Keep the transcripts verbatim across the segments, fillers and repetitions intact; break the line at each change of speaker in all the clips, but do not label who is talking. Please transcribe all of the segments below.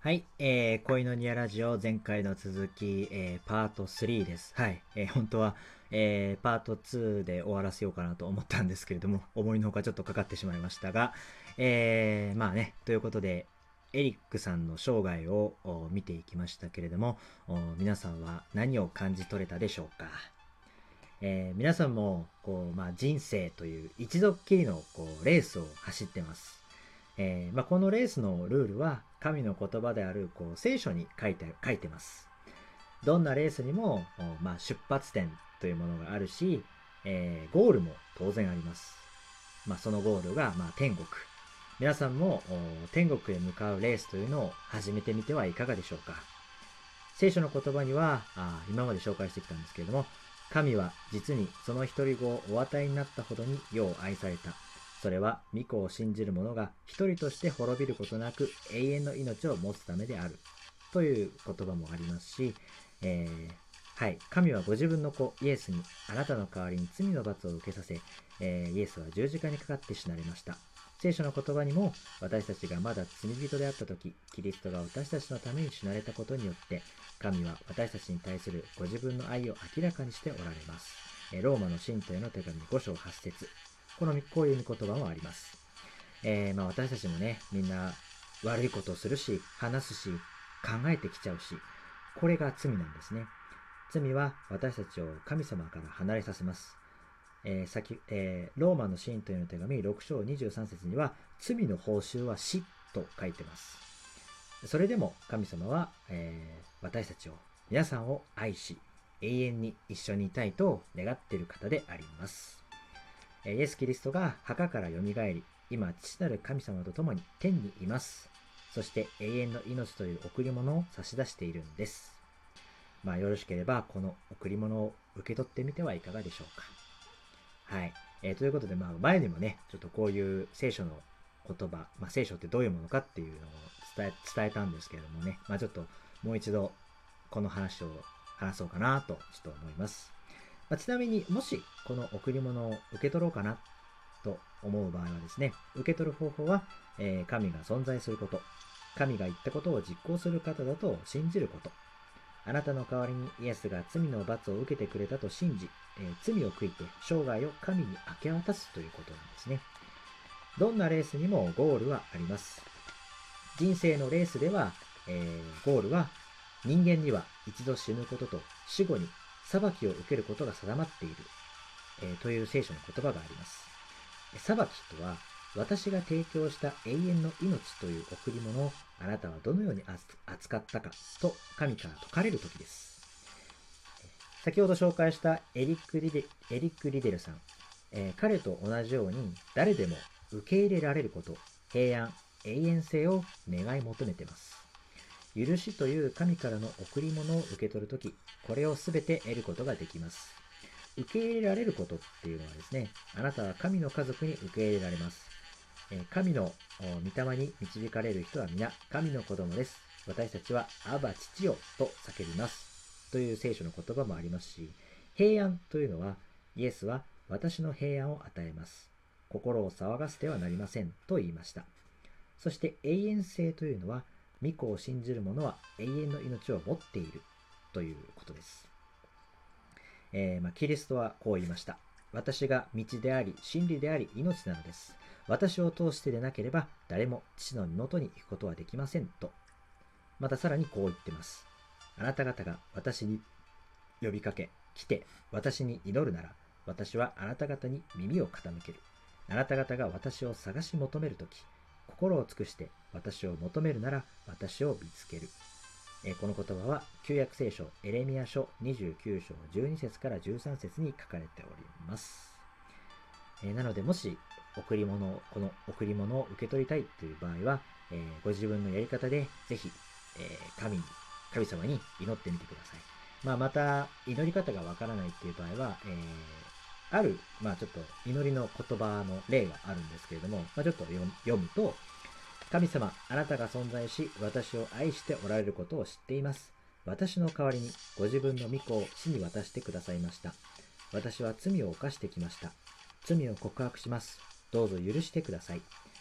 はい、えー、恋のニアラジオ前回の続き、えー、パートスリーです。はい、えー、本当は、えー、パートツーで終わらせようかなと思ったんですけれども、思いのほかちょっとかかってしまいましたが、えー、まあね、ということで、エリックさんの生涯を見ていきましたけれども、皆さんは何を感じ取れたでしょうか。えー、皆さんもこう、まあ、人生という一度っきりのこうレースを走ってます。えーまあ、このレースのルールは神の言葉であるこう聖書に書いて書いてます。どんなレースにも、まあ、出発点というものがあるし、えーゴールも当然あります。まあ、そのゴールが、まあ、天国。皆さんも天国へ向かうレースというのを始めてみてはいかがでしょうか。聖書の言葉にはあ今まで紹介してきたんですけれども、神は実にその独り子をお与えになったほどに世を愛された。それは御子を信じる者が一人として滅びることなく永遠の命を持つためであるという言葉もありますし、えーはい、神はご自分の子イエスにあなたの代わりに罪の罰を受けさせ、えーイエスは十字架にかかって死なれました。聖書の言葉にも、私たちがまだ罪人であった時、キリストが私たちのために死なれたことによって、神は私たちに対するご自分の愛を明らかにしておられます。ローマの信徒への手紙ご章はち節。このこういう言葉もあります。えーまあ、私たちもね、みんな悪いことをするし、話すし、考えてきちゃうし、これが罪なんですね。罪は私たちを神様から離れさせます。えー先えーローマの信徒への手紙ろく章にじゅうさん節には、罪の報酬は死と書いてます。それでも神様は、えー私たちを、皆さんを愛し、永遠に一緒にいたいと願っている方であります。イエス・キリストが墓からよみがえり、今、父なる神様と共に天にいます。そして永遠の命という贈り物を差し出しているんです。まあ、よろしければ、この贈り物を受け取ってみてはいかがでしょうか。はい。えーということで、まあ、前にもね、ちょっとこういう聖書の言葉、まあ、聖書ってどういうものかっていうのを伝え伝えたんですけれどもね、まあ、ちょっともう一度この話を話そうかなとちょっと思います。まあ、ちなみにもしこの贈り物を受け取ろうかなと思う場合はですね、受け取る方法は、えー神が存在すること、神が言ったことを実行する方だと信じること、あなたの代わりにイエスが罪の罰を受けてくれたと信じ、えー罪を悔いて生涯を神に明け渡すということなんですね。どんなレースにもゴールはあります。人生のレースでは、えーゴールは人間には一度死ぬことと死後に裁きを受けることが定まっている、えーという聖書の言葉があります。裁きとは、私が提供した永遠の命という贈り物をあなたはどのように扱ったかと神から説かれる時です。先ほど紹介したエリック・リデエリックリデルさん、えー彼と同じように誰でも受け入れられること、平安、永遠性を願い求めています。許しという神からの贈り物を受け取るとき、これをすべて得ることができます。受け入れられることっていうのはですね、あなたは神の家族に受け入れられます。神の御霊に導かれる人は皆神の子供です。私たちはアバ父よと叫びます。という聖書の言葉もありますし、平安というのは、イエスは私の平安を与えます。心を騒がせてはなりませんと言いました。そして永遠性というのは、御子を信じる者は永遠の命を持っているということです。えーまあ、キリストはこう言いました。私が道であり、真理であり、命なのです。私を通してでなければ、誰も父の身元に行くことはできませんと。またさらにこう言ってます。あなた方が私に呼びかけ、来て、私に祈るなら、私はあなた方に耳を傾ける。あなた方が私を探し求めるとき、心を尽くして私を求めるなら、私を見つける。えーこの言葉は旧約聖書エレミヤ書にじゅうきゅう章じゅうに節からじゅうさん節に書かれております。えーなので、もし贈り物この贈り物を受け取りたいという場合は、えーご自分のやり方でぜひ、えー神に神様に祈ってみてください。まあ、また祈り方がわからないっていう場合は、えーある、まあ、ちょっと祈りの言葉の例があるんですけれども、まあ、ちょっと読むと、神様、あなたが存在し、私を愛しておられることを知っています。私の代わりにご自分の御子を死に渡してくださいました。私は罪を犯してきました。罪を告白します。どうぞ許してください。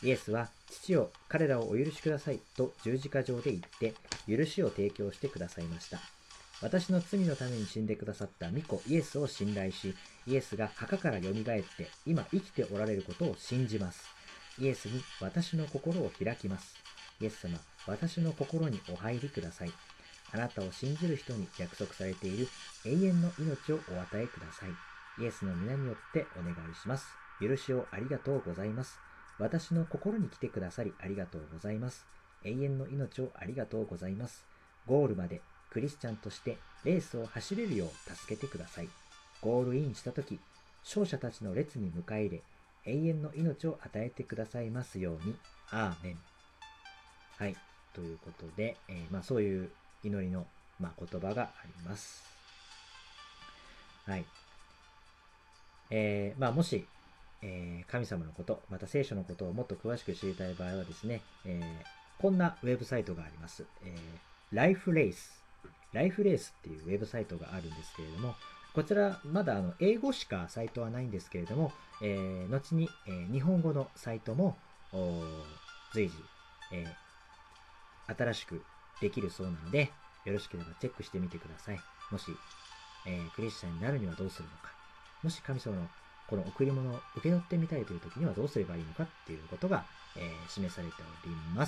イエスは、父よ、彼らをお許しくださいと十字架上で言って、許しを提供してくださいました。私の罪のために死んでくださった御子イエスを信頼し、イエスが墓からよみがえって今生きておられることを信じます。イエスに私の心を開きます。イエス様、私の心にお入りください。あなたを信じる人に約束されている永遠の命をお与えください。イエスの皆によってお願いします。許しをありがとうございます。私の心に来てくださりありがとうございます。永遠の命をありがとうございます。ゴールまでクリスチャンとしてレースを走れるよう助けてください。ゴールインしたとき、勝者たちの列に迎え入れ、永遠の命を与えてくださいますように。アーメン。はい。ということで、えー、まあそういう祈りの、まあ、言葉があります。はい。えー、まあもし、えー、神様のこと、また聖書のことをもっと詳しく知りたい場合はですね、えー、こんなウェブサイトがあります。えー、ライフレース。ライフレースっていうウェブサイトがあるんですけれども、こちらまだあの英語しかサイトはないんですけれども、えー、後に、えー、日本語のサイトも随時、えー、新しくできるそうなので、よろしければチェックしてみてください。もし、えー、クリスチャンになるにはどうするのか、もし神様のこの贈り物を受け取ってみたいという時にはどうすればいいのかっていうことが、えー、示されております。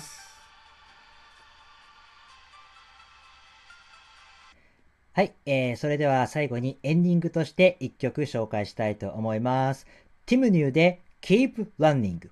はい、えー、それでは最後にエンディングとしていっきょく紹介したいと思います。ティムニューで Keep Running。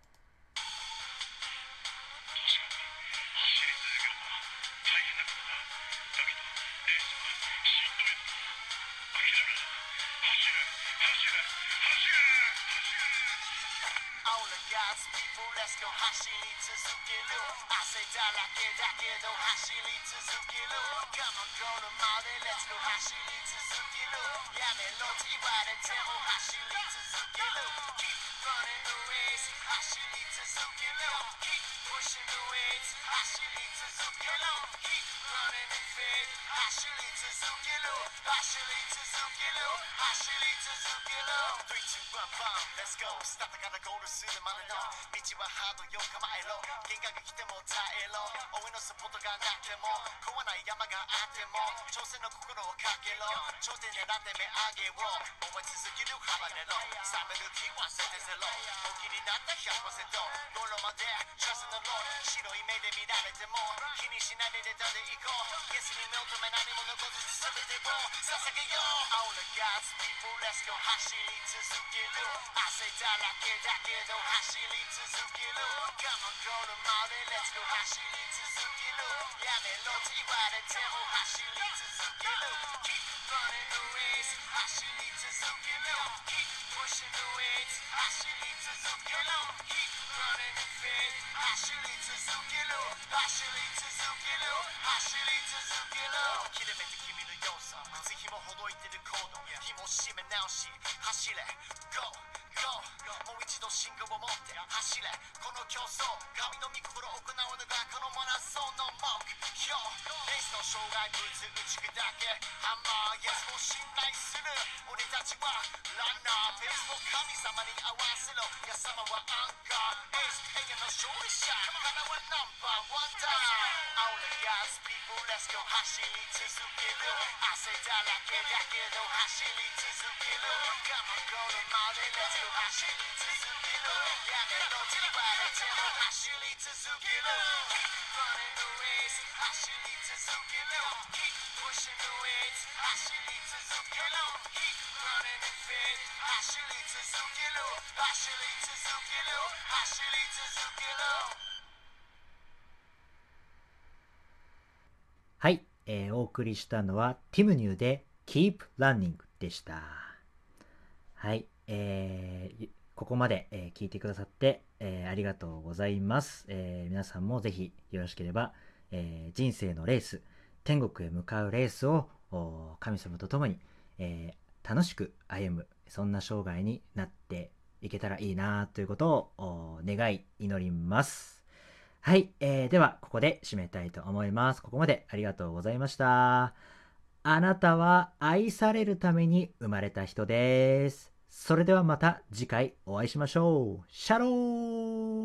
はい、えー、お送りしたのはティムニューで Keep Running でした。はい、えー、ここまで、えー、聞いてくださって、えー、ありがとうございます。えー、皆さんもぜひよろしければ、えー、人生のレース、天国へ向かうレースを神様と共に、えー、楽しく歩む、そんな生涯になっていけたらいいなということを願い祈ります。はい、えー、ではここで締めたいと思います。ここまでありがとうございました。あなたは愛されるために生まれた人です。それではまた次回お会いしましょう。シャローン。